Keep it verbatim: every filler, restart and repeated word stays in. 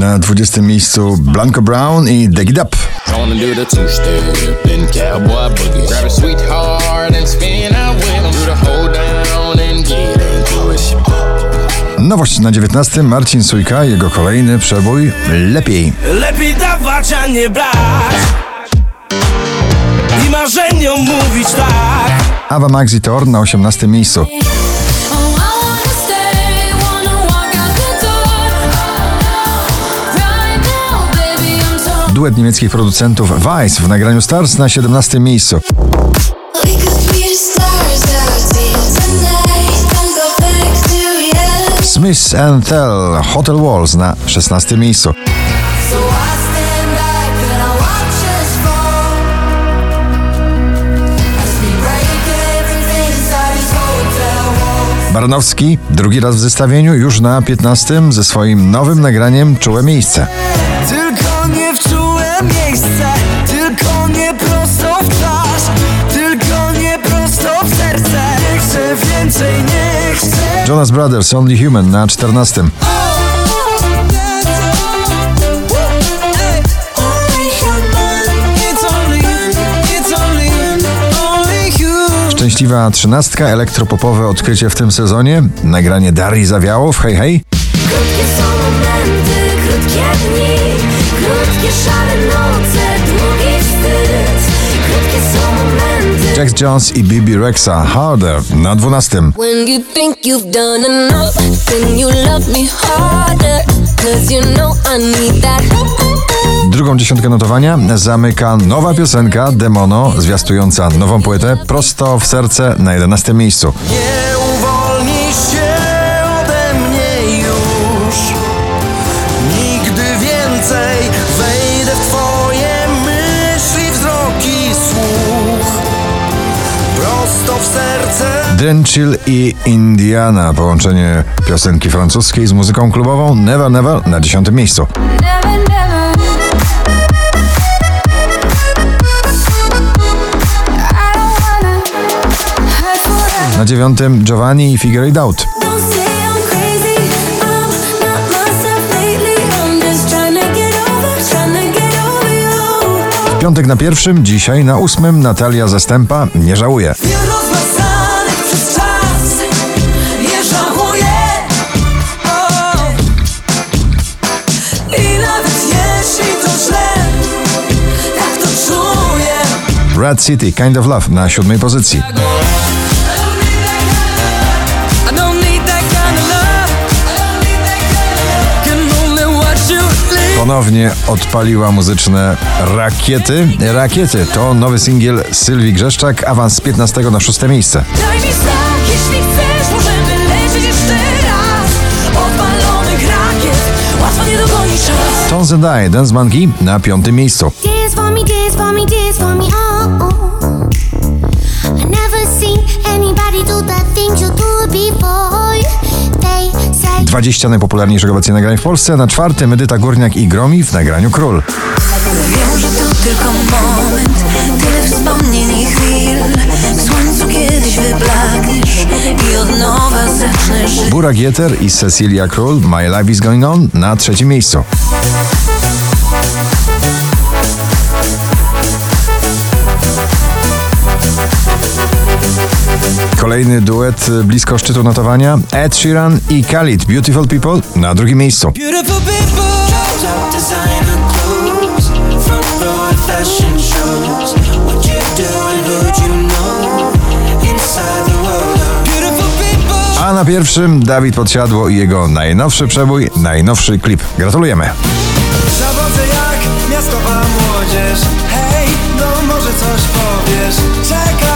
Na dwudziestym miejscu Blanco Brown i Dig It Up. Nowość na dziewiętnastym Marcin Sujka, jego kolejny przebój Lepiej. Lepiej dawać, a nie brać i marzeniom mówić tak. Ava Max i Thor na osiemnastym miejscu. Duet niemieckich producentów Vice w nagraniu Stars na siedemnastym miejscu. Smith and Tell Hotel Walls na szesnastym miejscu. Baranowski drugi raz w zestawieniu, już na piętnastym ze swoim nowym nagraniem Czułe miejsce. Tylko nie w czułe miejsce, tylko nie prosto w twarz, tylko nie prosto w serce. Nie chcę więcej, nie chcę. Jonas Brothers Only Human na czternastym. Szczęśliwa trzynastka, elektropopowe odkrycie w tym sezonie, nagranie Darii Zawiało w Hej Hej. Krótkie są momenty, krótkie dni, krótkie szare noce, długi wstyd. Krótkie są momenty. Jax Jones i Bibi Rexha Harder na dwunastym. When you think you've done enough, then you love me harder, 'cause you know I need that. Drugą dziesiątkę notowania zamyka nowa piosenka Demono, zwiastująca nową płytę Prosto w serce na jedenastym miejscu. Nie uwolnisz się ode mnie już. Nigdy więcej wejdę w twoje myśli, wzroki, słuch. Prosto w serce. Drenchill i Indiana, połączenie piosenki francuskiej z muzyką klubową Never Never na dziesiątym miejscu. Never, never. Na dziewiątym Giovanni i Figure It Out. W piątek na pierwszym, dzisiaj na ósmym Natalia Zastępa Nie żałuję. Przez czas nie żałuję. O. I nawet jeśli to źle, tak to czuję. Red City Kind of Love na siódmej pozycji. Ponownie odpaliła muzyczne rakiety. Rakiety to nowy singiel Sylwii Grzeszczak, awans z piętnastego na szóste miejsce. Daj mi znak, jeśli chcesz, możemy lecieć jeszcze raz. Odpalonych rakiet, łatwo nie dogoni czas. Tones and I, Dance Monkey na piątym miejscu. Dance for me, dance for me, dance for me, oh, oh. I never seen anybody do the things you do before. They say dwadzieścia najpopularniejszych obecnie nagrań w Polsce. Na czwartym Edyta Górniak i Gromi w nagraniu Król. Wiem, że to tylko moment, tyle wspomnień i chwil. W słońcu kiedyś wyblakniesz i od nowa zaczniesz żyć. Burak Jeter i Cecilia Król, My Life is Going On na trzecim miejscu. Kolejny duet blisko szczytu notowania Ed Sheeran i Khalid Beautiful People na drugim miejscu. Beautiful people. Designer clothes, front row fashion shows. What you doing, who you know, inside the world. Beautiful people. A na pierwszym Dawid Podsiadło i jego najnowszy przebój, najnowszy klip. Gratulujemy. Zawodzę jak miastowa młodzież. Hej, no może coś powiesz. Czekaj.